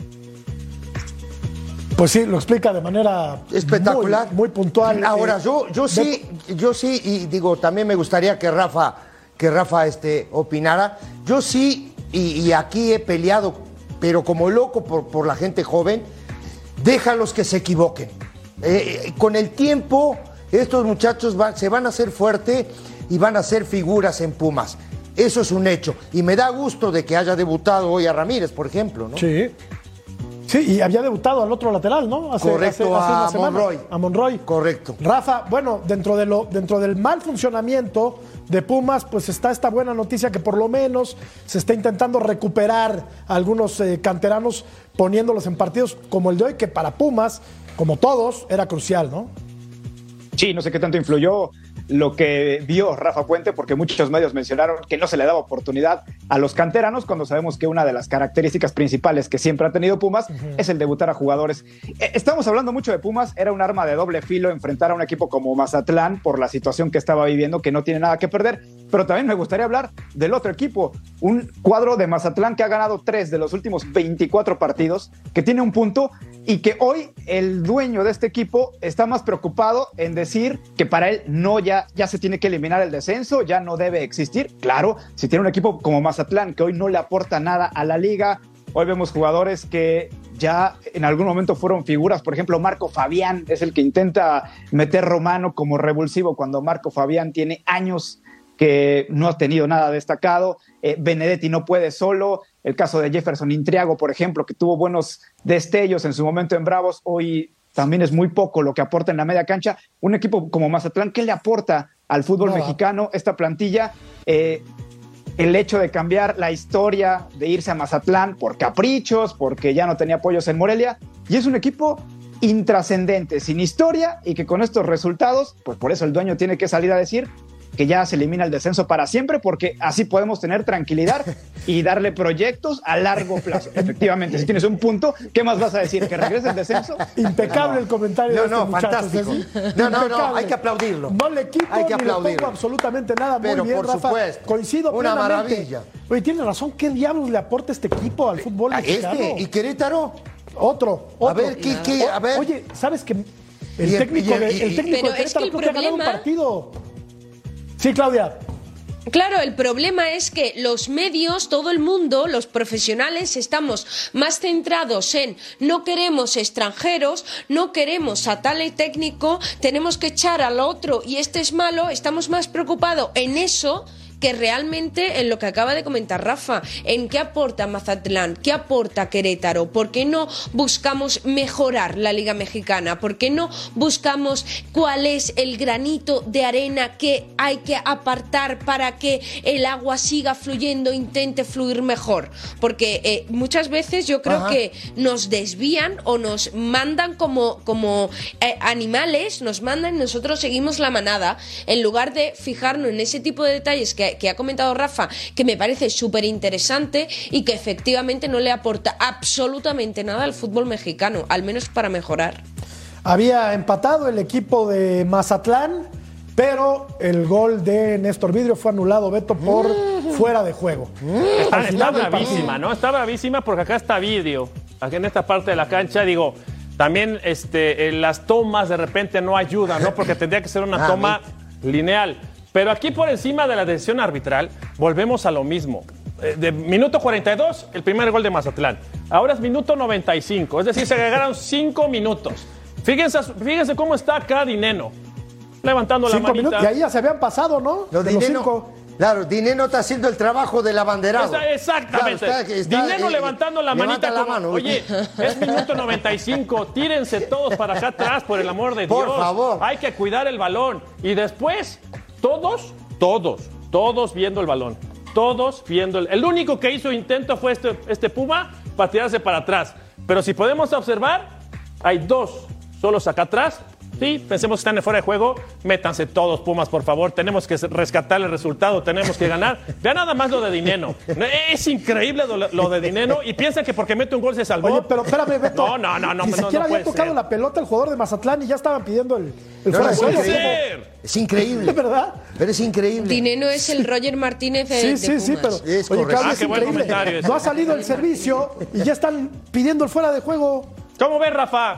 Pues sí, lo explica de manera espectacular, muy, muy puntual. Ahora, eh, yo, yo sí, yo sí, y digo, también me gustaría que Rafa, que Rafa este, opinara. Yo sí, y, y aquí he peleado, pero como loco por, por la gente joven, déjalos que se equivoquen. Eh, con el tiempo, estos muchachos van, se van a hacer fuertes y van a ser figuras en Pumas. Eso es un hecho. Y me da gusto de que haya debutado hoy a Ramírez, por ejemplo, ¿no? Sí. Sí, y había debutado al otro lateral, ¿no? Hace, Correcto, hace, hace una a semana. Monroy. A Monroy. Correcto. Rafa, bueno, dentro, de lo, dentro del mal funcionamiento de Pumas, pues está esta buena noticia que por lo menos se está intentando recuperar a algunos eh, canteranos poniéndolos en partidos como el de hoy, que para Pumas, como todos, era crucial, ¿no? Sí, no sé qué tanto influyó lo que vio Rafa Puente, porque muchos medios mencionaron que no se le daba oportunidad a los canteranos, cuando sabemos que una de las características principales que siempre ha tenido Pumas uh-huh. es el debutar a jugadores. Eh, estamos hablando mucho de Pumas, era un arma de doble filo enfrentar a un equipo como Mazatlán por la situación que estaba viviendo, que no tiene nada que perder, pero también me gustaría hablar del otro equipo, un cuadro de Mazatlán que ha ganado tres de los últimos veinticuatro partidos, que tiene un punto y que hoy el dueño de este equipo está más preocupado en decir que para él no ya, ya se tiene que eliminar el descenso, ya no debe existir. Claro, si tiene un equipo como Mazatlán que hoy no le aporta nada a la liga, hoy vemos jugadores que ya en algún momento fueron figuras, por ejemplo Marco Fabián es el que intenta meter Romano como revulsivo cuando Marco Fabián tiene años que no ha tenido nada destacado. eh, Benedetti no puede solo. El caso de Jefferson Intriago, por ejemplo, que tuvo buenos destellos en su momento en Bravos, hoy también es muy poco lo que aporta en la media cancha. Un equipo como Mazatlán, ¿qué le aporta al fútbol no. mexicano esta plantilla? Eh, el hecho de cambiar la historia, de irse a Mazatlán por caprichos, porque ya no tenía apoyos en Morelia, y es un equipo intrascendente, sin historia, y que con estos resultados, pues por eso el dueño tiene que salir a decir que ya se elimina el descenso para siempre, porque así podemos tener tranquilidad y darle proyectos a largo plazo. Efectivamente, si tienes un punto, ¿qué más vas a decir? ¿Que regrese el descenso? Impecable no. el comentario no, de este no, muchacho. Fantástico. ¿Sí? No, no, no, hay que aplaudirlo. No le quito hay que ni aplaudirlo. le pongo absolutamente nada. Muy Pero bien, por Rafa. Supuesto. Coincido Una plenamente. maravilla. Oye, tiene razón. ¿Qué diablos le aporta este equipo al fútbol mexicano? Este, ¿y Querétaro? Otro, otro. A ver, ¿qué, qué? A ver. Oye, ¿sabes qué? El y, técnico, y, de, y, el técnico pero de Querétaro es que el creo que ha ganado un problema... partido. Sí, Claudia. Claro, el problema es que los medios, todo el mundo, los profesionales, estamos más centrados en no queremos extranjeros, no queremos a tal técnico, tenemos que echar al otro y este es malo, estamos más preocupados en eso que realmente en lo que acaba de comentar Rafa, en qué aporta Mazatlán, qué aporta Querétaro, por qué no buscamos mejorar la Liga Mexicana, por qué no buscamos cuál es el granito de arena que hay que apartar para que el agua siga fluyendo, intente fluir mejor, porque eh, muchas veces yo creo Ajá. que nos desvían o nos mandan como, como eh, animales, nos mandan y nosotros seguimos la manada, en lugar de fijarnos en ese tipo de detalles que que ha comentado Rafa, que me parece súper interesante y que efectivamente no le aporta absolutamente nada al fútbol mexicano, al menos para mejorar. Había empatado el equipo de Mazatlán, pero el gol de Néstor Vidrio fue anulado, Beto, por uh-huh. fuera de juego. Uh-huh. Está, está bravísima, ¿no? Está bravísima porque acá está Vidrio, aquí en esta parte de la cancha, digo... También este, eh, las tomas de repente no ayudan, ¿no? Porque tendría que ser una toma lineal. Pero aquí por encima de la decisión arbitral, volvemos a lo mismo. Eh, de minuto cuarenta y dos, el primer gol de Mazatlán. Ahora es minuto noventa y cinco, es decir, se agregaron cinco minutos. Fíjense, fíjense cómo está acá Dineno, levantando la manita. Minutos, y ahí ya se habían pasado, ¿no? Los de Dineno, los cinco. Claro, Dineno está haciendo el trabajo del abanderado. Está, exactamente. Claro, está, está, Dineno eh, levantando la manita la como, mano. Oye, es minuto noventa y cinco, tírense todos para acá atrás, por el amor de por Dios. Por favor. Hay que cuidar el balón. Y después, todos, todos, todos viendo el balón. Todos viendo el... El único que hizo intento fue este, este Puma para tirarse para atrás. Pero si podemos observar, hay dos solos acá atrás. Sí, pensemos que están de fuera de juego, métanse todos, Pumas, por favor, tenemos que rescatar el resultado, tenemos que ganar. Vean nada más lo de Dineno, es increíble lo, lo de Dineno y piensan que porque mete un gol se salvó. Oye, pero espérame, Beto, no, no, no, no, ni no, siquiera no había puede tocado ser. la pelota el jugador de Mazatlán y ya estaban pidiendo el, el no, fuera de es juego. Increíble. Es increíble. ¿Es verdad? Pero es increíble. Dineno es el Roger Martínez de, sí, de sí, Pumas. Sí, pero es oye, Claudio, ah, es qué buen increíble. comentario ese. No ha salido el servicio y ya están pidiendo el fuera de juego. ¿Cómo ves, Rafa?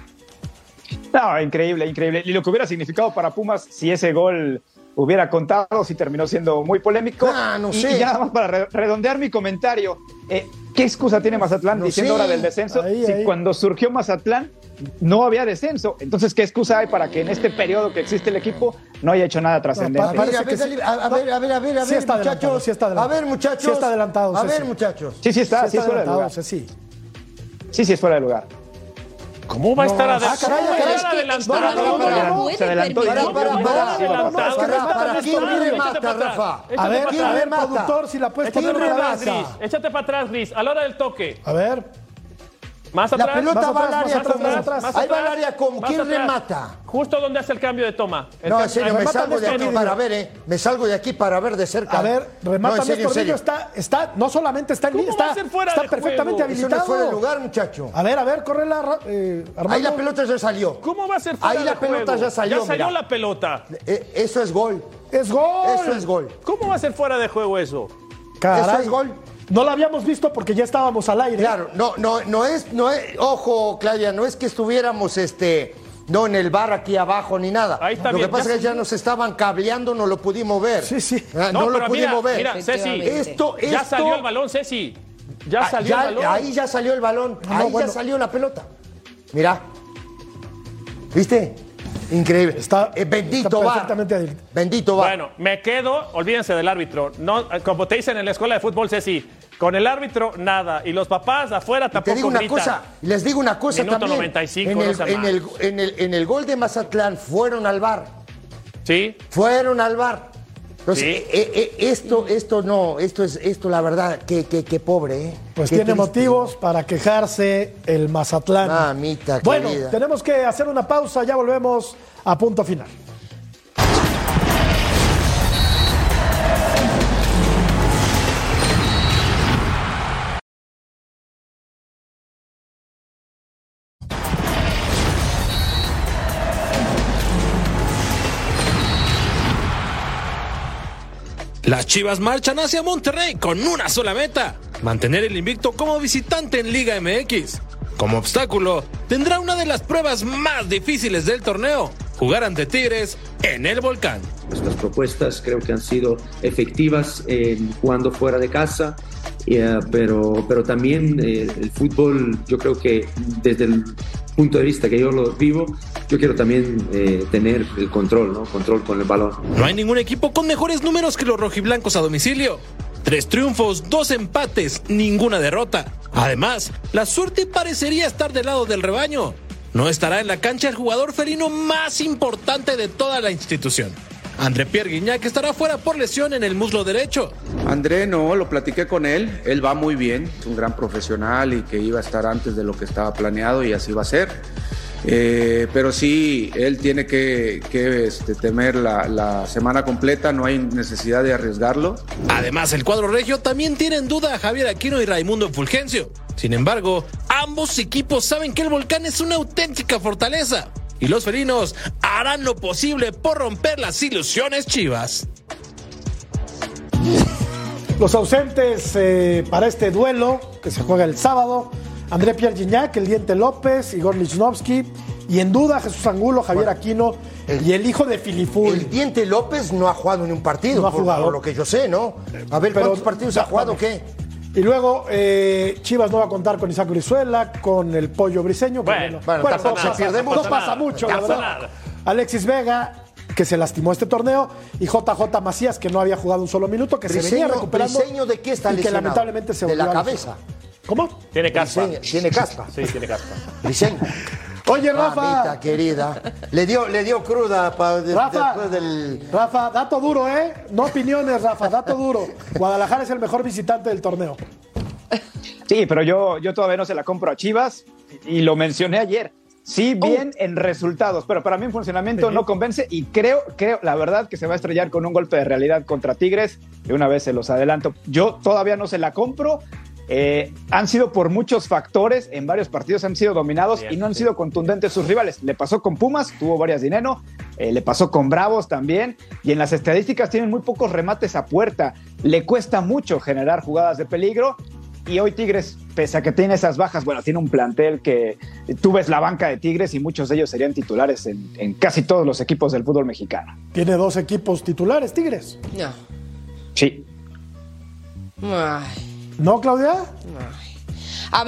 No, increíble, increíble. Y lo que hubiera significado para Pumas si ese gol hubiera contado, si terminó siendo muy polémico. Ah, no y, sé. y nada más para re- redondear mi comentario. Eh, ¿Qué excusa tiene Mazatlán no diciendo sé. ahora del descenso? Ahí, si ahí. cuando surgió Mazatlán no había descenso. Entonces, ¿qué excusa hay para que en este periodo que existe el equipo no haya hecho nada trascendente? A ver, a ver, sí. a ver, a ver, a ver, a Sí ver, está adelantado, muchachos. sí está adelantado. A ver, muchachos. Sí está adelantado, A sí, ver, sí. muchachos. Sí, sí está, Sí sí, está es fuera de adelantado, lugar. sí, sí. Sí, sí, es fuera de lugar. ¿Cómo va a estar No, adelantado? ah, caray, ¿Cómo va a caray, estar es que- adelantado? no, no, no, no, no, puede se adelantó y- permitir. Para, para, para, Adelantado, para, que no para, está ¿quién adelantado. remata, Échate para Rafa? atrás. A Échate ver, para a atrás. ver, remata? productor, si la puedes Échate poner para una atrás, vez. Gris. Échate para atrás, Gris. A la hora del toque. A ver, Más La atrás. pelota más va al atrás, área más con atrás, más Ahí va atrás, al área con más quién atrás. remata. Justo donde hace el cambio de toma. El No, cam- en serio, el me remata salgo de aquí Néstor para Vidrio. ver, ¿eh? Me salgo de aquí para ver de cerca. a ver, remata No, en serio, Néstor en serio. Vidrio, está, está, no solamente está en ¿Cómo línea, va a está, ser fuera está de perfectamente juego? Eso no habilitado. es fuera de lugar, muchacho. A ver, a ver, corre la, ra- eh, Armando. Ahí la pelota ya salió. ¿Cómo va a ser fuera Ahí la de pelota juego? ya salió, Ya salió mira. la pelota. Eh, Eso es gol. Es gol. Eso es gol. ¿Cómo va a ser fuera de juego eso? Caray. Eso es gol. No lo habíamos visto porque ya estábamos al aire. Claro, no, no, no es, no es, ojo, Claudia, no es que estuviéramos este, no en el bar aquí abajo ni nada. Ahí está lo bien, que pasa ya es que ya nos estaban cableando, no lo pudimos ver. Sí, sí. Ah, no, No, lo pero pudimos mira, ver. mira, Ceci, Efectivamente. Esto, esto. Ya salió el balón, Ceci. Ya Ah, salió ya- el balón. Ahí ya salió el balón. No, ahí bueno. ya salió la pelota. Mira. ¿Viste? Increíble. Está- Eh, bendito está VAR. perfectamente habilitado. Bendito VAR. Bueno, me quedo, olvídense del árbitro. No, como te dicen en la escuela de fútbol, Ceci, con el árbitro nada. Y los papás afuera Te tampoco digo una gritan. cosa, les digo una cosa Minuto también. noventa y cinco, en, no el, sea en, mal. el, en, el, en el gol de Mazatlán fueron al VAR. ¿Sí? Fueron al VAR. Entonces, Sí. eh, eh, esto, esto no, esto es, esto la verdad, que, que, que pobre, ¿eh? Pues Qué tiene triste. motivos para quejarse el Mazatlán. Mamita Bueno, querida. tenemos que hacer una pausa, ya volvemos a punto final. Las Chivas marchan hacia Monterrey con una sola meta: mantener el invicto como visitante en Liga M X. Como obstáculo, tendrá una de las pruebas más difíciles del torneo: jugar ante Tigres en el Volcán. Nuestras propuestas creo que han sido efectivas en jugando fuera de casa, eh, pero, pero también eh, el fútbol, yo creo que desde el punto de vista que yo lo vivo, yo quiero también eh, tener el control, ¿no? Control con el balón. No hay ningún equipo con mejores números que los rojiblancos a domicilio. Tres triunfos, dos empates, ninguna derrota. Además, la suerte parecería estar del lado del rebaño. No estará en la cancha el jugador felino más importante de toda la institución. André Pierre Guignac estará fuera por lesión en el muslo derecho. André no, lo platiqué con él, él va muy bien, es un gran profesional y que iba a estar antes de lo que estaba planeado y así va a ser. Eh, pero sí, él tiene que, que este, temer la, la semana completa, no hay necesidad de arriesgarlo. Además, el cuadro regio también tiene en duda a Javier Aquino y Raimundo Fulgencio. Sin embargo, ambos equipos saben que el Volcán es una auténtica fortaleza y los felinos harán lo posible por romper las ilusiones chivas. Los ausentes eh, para este duelo que se juega el sábado: André Pierre Gignac, el Diente López, Igor Lichnowsky, y en duda Jesús Angulo, Javier Bueno, Aquino el- y el hijo de Filiful. El Diente López no ha jugado ni un partido, No ha por, jugado. por lo que yo sé, ¿no? A ver, Pero- ¿cuántos partidos ha jugado? ¿Qué? Y luego eh, Chivas no va a contar con Isaac Brizuela, con el Pollo Briseño. que Bueno, bueno, no tampoco pasa, se pierde no mucho. pasa nada, mucho, no la pasa verdad. nada. Alexis Vega, que se lastimó este torneo, y J J Macías, que no había jugado un solo minuto, que se venía Briseño- recuperando. Briseño, ¿de qué está y que lesionado? lamentablemente se De la volvió a cabeza. lesionar. ¿Cómo? Tiene caspa. Briseño, tiene caspa. Sí, tiene caspa. Briseño. Oye, Rafa. Mamita querida. Le dio, le dio cruda pa- de- Rafa, después del... Rafa, dato duro, ¿eh? No opiniones, Rafa, dato duro. Guadalajara es el mejor visitante del torneo. Sí, pero yo, yo todavía no se la compro a Chivas y lo mencioné ayer. Sí, bien en resultados, pero para mí en funcionamiento Sí. no convence y creo, creo, la verdad, que se va a estrellar con un golpe de realidad contra Tigres. De una vez se los adelanto. Yo todavía no se la compro. Eh, han sido por muchos factores, en varios partidos han sido dominados Bien, y no han sí. sido contundentes sus rivales. Le pasó con Pumas, tuvo varias dinero, eh, le pasó con Bravos también, y en las estadísticas tienen muy pocos remates a puerta. Le cuesta mucho generar jugadas de peligro. Y hoy Tigres, pese a que tiene esas bajas, bueno, tiene un plantel que tú ves la banca de Tigres y muchos de ellos serían titulares en, en casi todos los equipos del fútbol mexicano. Tiene dos equipos titulares, Tigres. No. Sí. Ay, ¿No, Claudia? ay. A ver,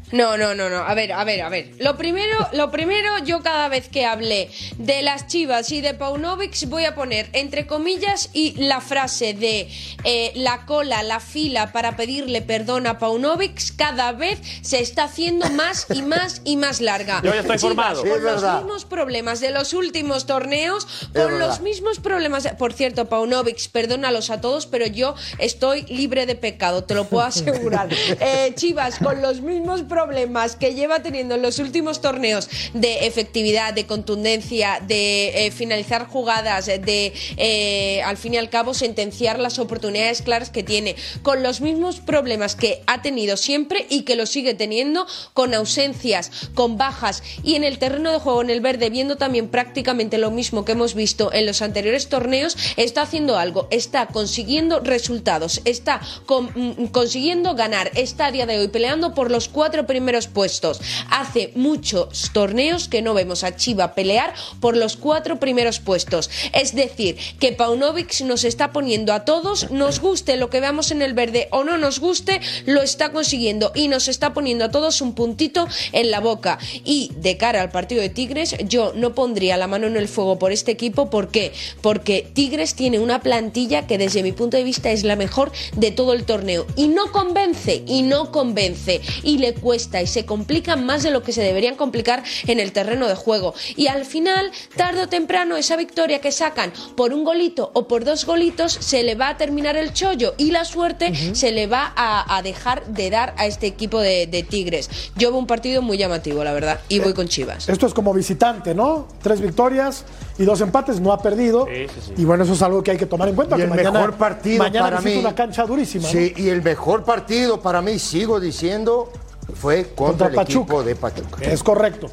No, no, no, no. A ver, a ver, a ver. Lo primero, lo primero, yo cada vez que hable de las Chivas y de Paunovic voy a poner entre comillas y la frase de eh, la cola, la fila para pedirle perdón a Paunovic cada vez se está haciendo más y más y más larga. Yo ya estoy Chivas, formado. con Es los verdad. mismos problemas de los últimos torneos, Es con verdad. los mismos problemas. de- Por cierto, Paunovic, perdónalos a todos, pero yo estoy libre de pecado, te lo puedo asegurar. Eh, Chivas, con los mismos problemas que lleva teniendo en los últimos torneos de efectividad, de contundencia, de eh, finalizar jugadas, de eh, al fin y al cabo sentenciar las oportunidades claras que tiene, con los mismos problemas que ha tenido siempre y que lo sigue teniendo, con ausencias, con bajas y en el terreno de juego en el verde, viendo también prácticamente lo mismo que hemos visto en los anteriores torneos, está haciendo algo, está consiguiendo resultados, está con, mm, consiguiendo ganar, está a día de hoy peleando por los cuatro primeros puestos. Hace muchos torneos que no vemos a Chiva pelear por los cuatro primeros puestos. Es decir, que Paunovic nos está poniendo a todos, nos guste lo que veamos en el verde o no nos guste, lo está consiguiendo y nos está poniendo a todos un puntito en la boca. Y de cara al partido de Tigres, yo no pondría la mano en el fuego por este equipo. ¿Por qué? Porque Tigres tiene una plantilla que desde mi punto de vista es la mejor de todo el torneo y no convence, y no convence y le cuesta y se complican más de lo que se deberían complicar en el terreno de juego. Y al final, tarde o temprano, esa victoria que sacan por un golito o por dos golitos se le va a terminar el chollo y la suerte uh-huh. se le va a, a dejar de dar a este equipo de, de Tigres. Yo veo un partido muy llamativo, la verdad, y voy con Chivas. Esto es como visitante, ¿no? Tres victorias y dos empates, no ha perdido. Sí, sí, sí. Y bueno, eso es algo que hay que tomar en cuenta. Y que el mañana, mejor partido mañana para mí. una cancha durísima. Sí, ¿no? y el mejor partido para mí, sigo diciendo, fue contra, contra el Pachuca. equipo de Pachuca. Es correcto.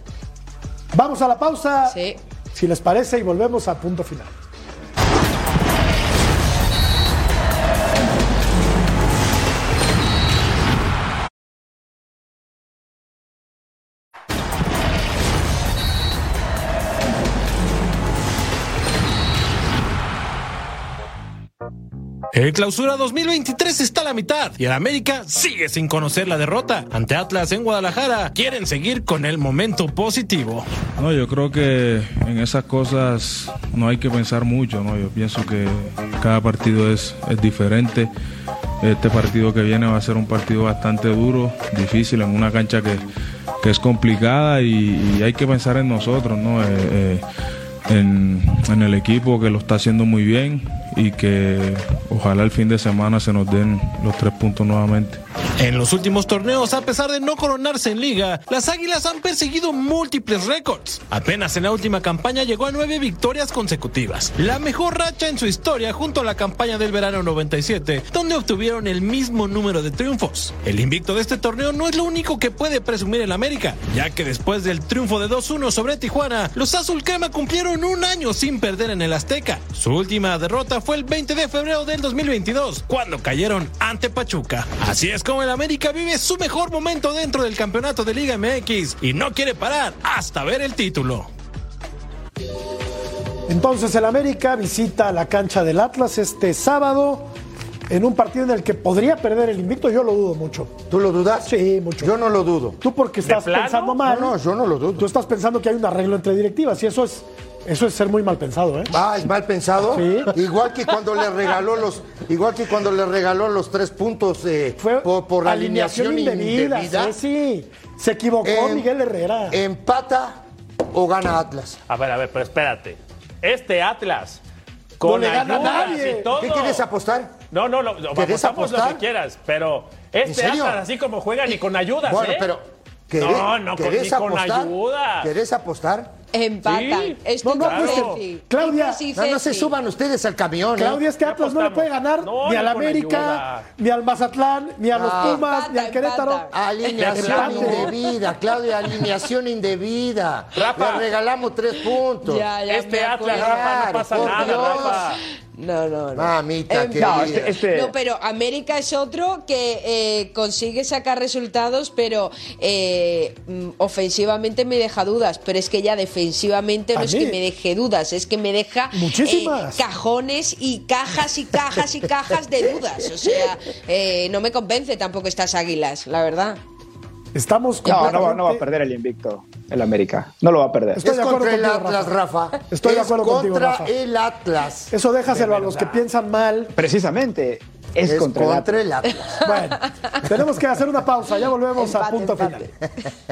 Vamos a la pausa, sí. si les parece, y volvemos a punto final. El Clausura dos mil veintitrés está a la mitad y el América sigue sin conocer la derrota. Ante Atlas en Guadalajara, quieren seguir con el momento positivo. No, yo creo que en esas cosas no hay que pensar mucho, ¿no? Yo pienso que cada partido es, es diferente. Este partido que viene va a ser un partido bastante duro, difícil, en una cancha que, que es complicada y, y hay que pensar en nosotros, ¿no? Eh, eh, en, en el equipo que lo está haciendo muy bien y que ojalá el fin de semana se nos den los tres puntos nuevamente. En los últimos torneos, a pesar de no coronarse en liga, las Águilas han perseguido múltiples récords. Apenas en la última campaña llegó a nueve victorias consecutivas, la mejor racha en su historia junto a la campaña del verano noventa y siete, donde obtuvieron el mismo número de triunfos. El invicto de este torneo no es lo único que puede presumir el América, ya que después del triunfo de dos uno sobre Tijuana, los Azul Crema cumplieron un año sin perder en el Azteca. Su última derrota fue el veinte de febrero del dos mil veintidós, cuando cayeron ante Pachuca. Así es como el América vive su mejor momento dentro del campeonato de Liga M X y no quiere parar hasta ver el título. Entonces el América visita la cancha del Atlas este sábado en un partido en el que podría perder el invicto. Yo lo dudo mucho. ¿Tú lo dudas? Sí, mucho. Yo no lo dudo. Tú porque estás pensando mal. No, no, yo no lo dudo. Tú estás pensando que hay un arreglo entre directivas y eso es Eso es ser muy mal pensado, ¿eh? Ah, ¿es mal pensado? Sí. Igual que cuando le regaló los, igual que cuando le regaló los tres puntos eh, Fue por, por alineación, alineación indebida. indebida. Sí, sí. Se equivocó en, Miguel Herrera. ¿Empata o gana Atlas? A ver, a ver, pero espérate. Este Atlas, con no le gana a nadie. Y todo. ¿Qué quieres apostar? No, no, lo, ¿Quieres apostamos apostar? lo que quieras, pero este Atlas, así como juega, ni con ayudas, bueno, ¿eh? pero ¿querés, no, no, con, ni con ayuda. ¿Querés apostar? Empatan. Sí, Estoy no, no, con claro. Ceci. Claudia, Ceci, no, no se Ceci. suban ustedes al camión. Claudia, ¿eh? este Atlas no le puede ganar no, ni al ni con América, ayuda. ni al Mazatlán, ni a los Ah. Pumas, Empata, ni al Querétaro. empata. Alineación Empate. indebida, Claudia, alineación indebida. Rafa. Le regalamos tres puntos. Ya, ya Este me Atlas, acuerdo. Rafa, no pasa por nada, Dios. Rafa. No, no, no. Mamita Em- querida. No, este, este- No, pero América es otro que eh, consigue sacar resultados, pero eh, mm, ofensivamente me deja dudas. Pero es que ya defensivamente no ¿A es mí? que me deje dudas, es que me deja Muchísimas. eh, cajones y cajas y cajas y cajas de dudas. O sea, eh, no me convence tampoco estas Águilas, la verdad. Estamos No, completamente... no, no va a perder el invicto el América. No lo va a perder. Es contra el Atlas, Rafa. Estoy de es acuerdo contigo, contra Rafa. el Atlas. Eso déjaselo a los que piensan mal. Precisamente, es, Es contra, contra el el Atlas. Bueno, tenemos que hacer una pausa. Ya volvemos a Empate, punto empate. final.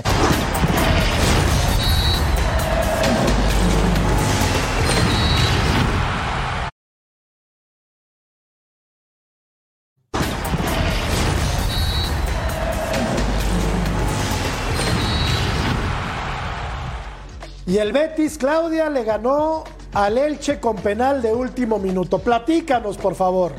Y el Betis, Claudia, le ganó al Elche con penal de último minuto. Platícanos, por favor.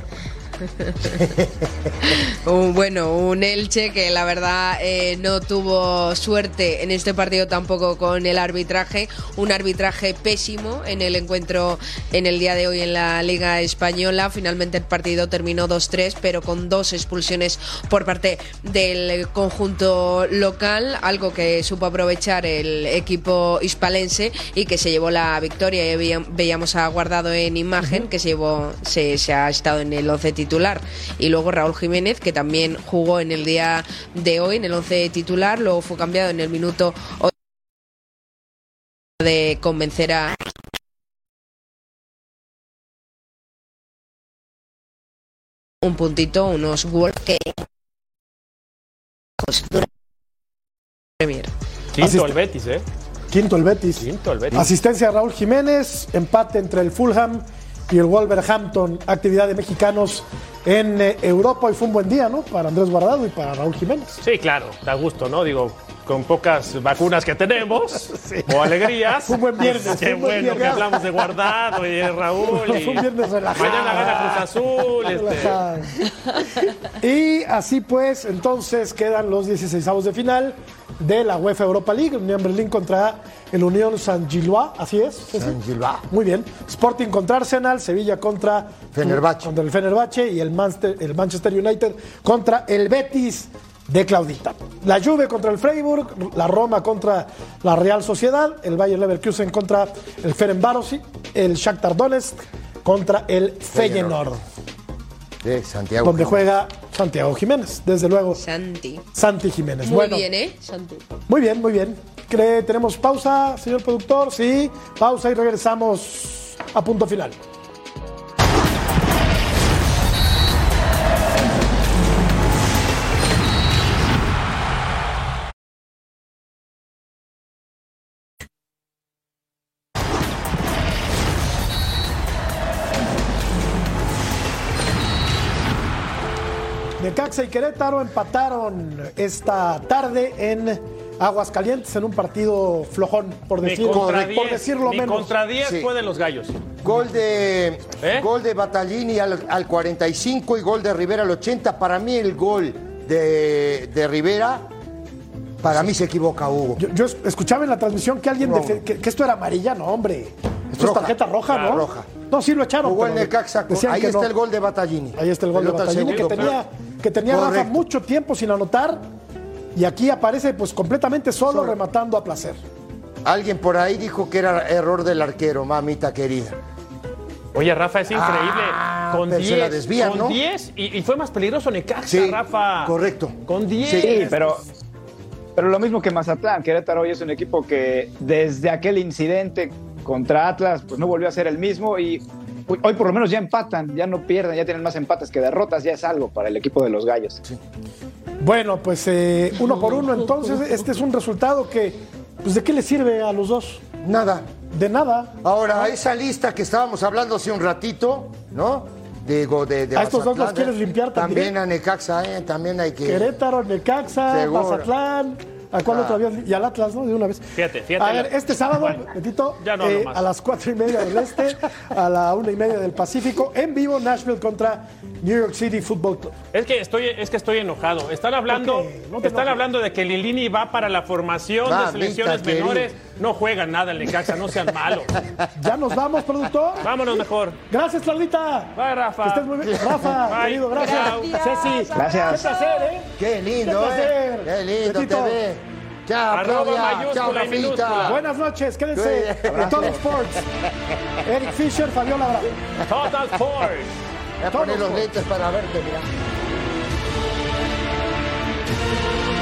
Un, bueno, un Elche que la verdad eh, no tuvo suerte en este partido tampoco con el arbitraje, un arbitraje pésimo en el encuentro en el día de hoy en la Liga Española. Finalmente el partido terminó dos tres, pero con dos expulsiones por parte del conjunto local, algo que supo aprovechar el equipo hispalense y que se llevó la victoria. Y veíamos a Guardado en imagen, que se llevó, se, se ha estado en el once titular. Y luego Raúl Jiménez, que también jugó en el día de hoy en el once titular, luego fue cambiado en el minuto de convencer a un puntito, unos Wolves que Premier. Quinto Asist- el Betis, ¿eh? Quinto el Betis. Quinto el Betis. Asistencia de Raúl Jiménez, empate entre el Fulham y el Wolverhampton, actividad de mexicanos en eh, Europa. Y fue un buen día, ¿no? Para Andrés Guardado y para Raúl Jiménez. Sí, claro, da gusto, ¿no? Digo, con pocas vacunas que tenemos, o alegrías. Fue un buen viernes, Qué fue un buen bueno que viernes. hablamos de Guardado y de Raúl. Fue Y un viernes relajado. mañana gana Cruz Azul. Este. Relajado. Y así pues, entonces quedan los dieciseisavos de final de la UEFA Europa League. Unión Berlín contra el Unión Saint-Gilloise, así es. ¿sí? Saint-Gilloise. Muy bien. Sporting contra Arsenal, Sevilla contra Fenerbahce. contra el Fenerbahce y el Manchester, el Manchester United contra el Betis de Claudita. La Juve contra el Freiburg, la Roma contra la Real Sociedad, el Bayer Leverkusen contra el Ferencvárosi, el Shakhtar Donetsk contra el Feyenoord, de Santiago. donde juega Santiago Jiménez, desde luego. Santi. Santi Jiménez. Muy bueno, bien, ¿eh? Santi. muy bien, muy bien. ¿Cree, ¿Tenemos pausa, señor productor? Sí, pausa y regresamos a punto final. Necaxa y Querétaro empataron esta tarde en Aguascalientes en un partido flojón, por, Ni decir, contra por diez, decirlo ni menos. contra diez Sí. fue de los gallos. Gol de, ¿Eh? gol de Battaglini al, al cuarenta y cinco y gol de Rivera al ochenta. Para mí el gol de, de Rivera, para mí se equivoca Hugo. Yo, yo escuchaba en la transmisión que alguien No. defe- que, que esto era amarilla, no, hombre. Esto Roja. es tarjeta roja, Ah, ¿no? roja. No, sí lo echaron. Jugó el pero Necaxa. decían Ahí que está no. el gol de Battaglini. Ahí está el gol Pelota de al Battaglini, que segundo, tenía, que tenía Rafa Correcto. mucho tiempo sin anotar y aquí aparece pues completamente solo, Solo. rematando a placer. Alguien por ahí dijo que era error del arquero, mamita querida. Oye, Rafa, es increíble. Ah, con pero se la diez, desvían, con ¿no? diez y, y fue más peligroso Necaxa, Sí, Rafa. correcto. Con diez. Sí, pero, pero lo mismo que Mazatlán. Querétaro hoy es un equipo que desde aquel incidente contra Atlas, pues no volvió a ser el mismo y hoy, hoy por lo menos ya empatan, ya no pierden, ya tienen más empates que derrotas, ya es algo para el equipo de los gallos. Sí. Bueno, pues eh, uno por uno, entonces este es un resultado que, pues ¿de qué le sirve a los dos? Nada. De nada. Ahora, esa lista que estábamos hablando hace un ratito, ¿no? Digo, de, de ¿A estos dos Mazatlán, los quieres limpiar también? También a Necaxa, ¿eh? También hay que... Querétaro, Necaxa, Seguro. Mazatlán, ¿a cuál Ah. otro habías? Y al Atlas, ¿no? De una vez. Fíjate, fíjate. A ver, este sábado, Bueno, Betito, ya no, eh, no más. a las cuatro y media del este, a la una y media del Pacífico, en vivo, Nashville contra New York City Football Club. Es que estoy, es que estoy enojado. Están hablando, ¿Por qué? No te están enojes. hablando de que Lilini va para la formación Va, de selecciones mita, querido. menores. No juegan nada el Necaxa, no sean malos. Ya nos vamos, productor. Vámonos mejor. Gracias, Claudita. Bye, Rafa. Que estés muy bien. Rafa, Bye. querido, gracias. Gracias. Ceci, Gracias. qué placer, ¿eh? Qué lindo, Qué placer. ¿eh? Qué lindo Betito. te ve. Chao, Arroba Claudia. mayúscula Chao, y Rafita. minúscula. Buenas noches, quédense Cuídate. en Total Sports. Eric Fisher, Fabiola Bravo. Total Force. Voy a poner los lentes para verte, mira.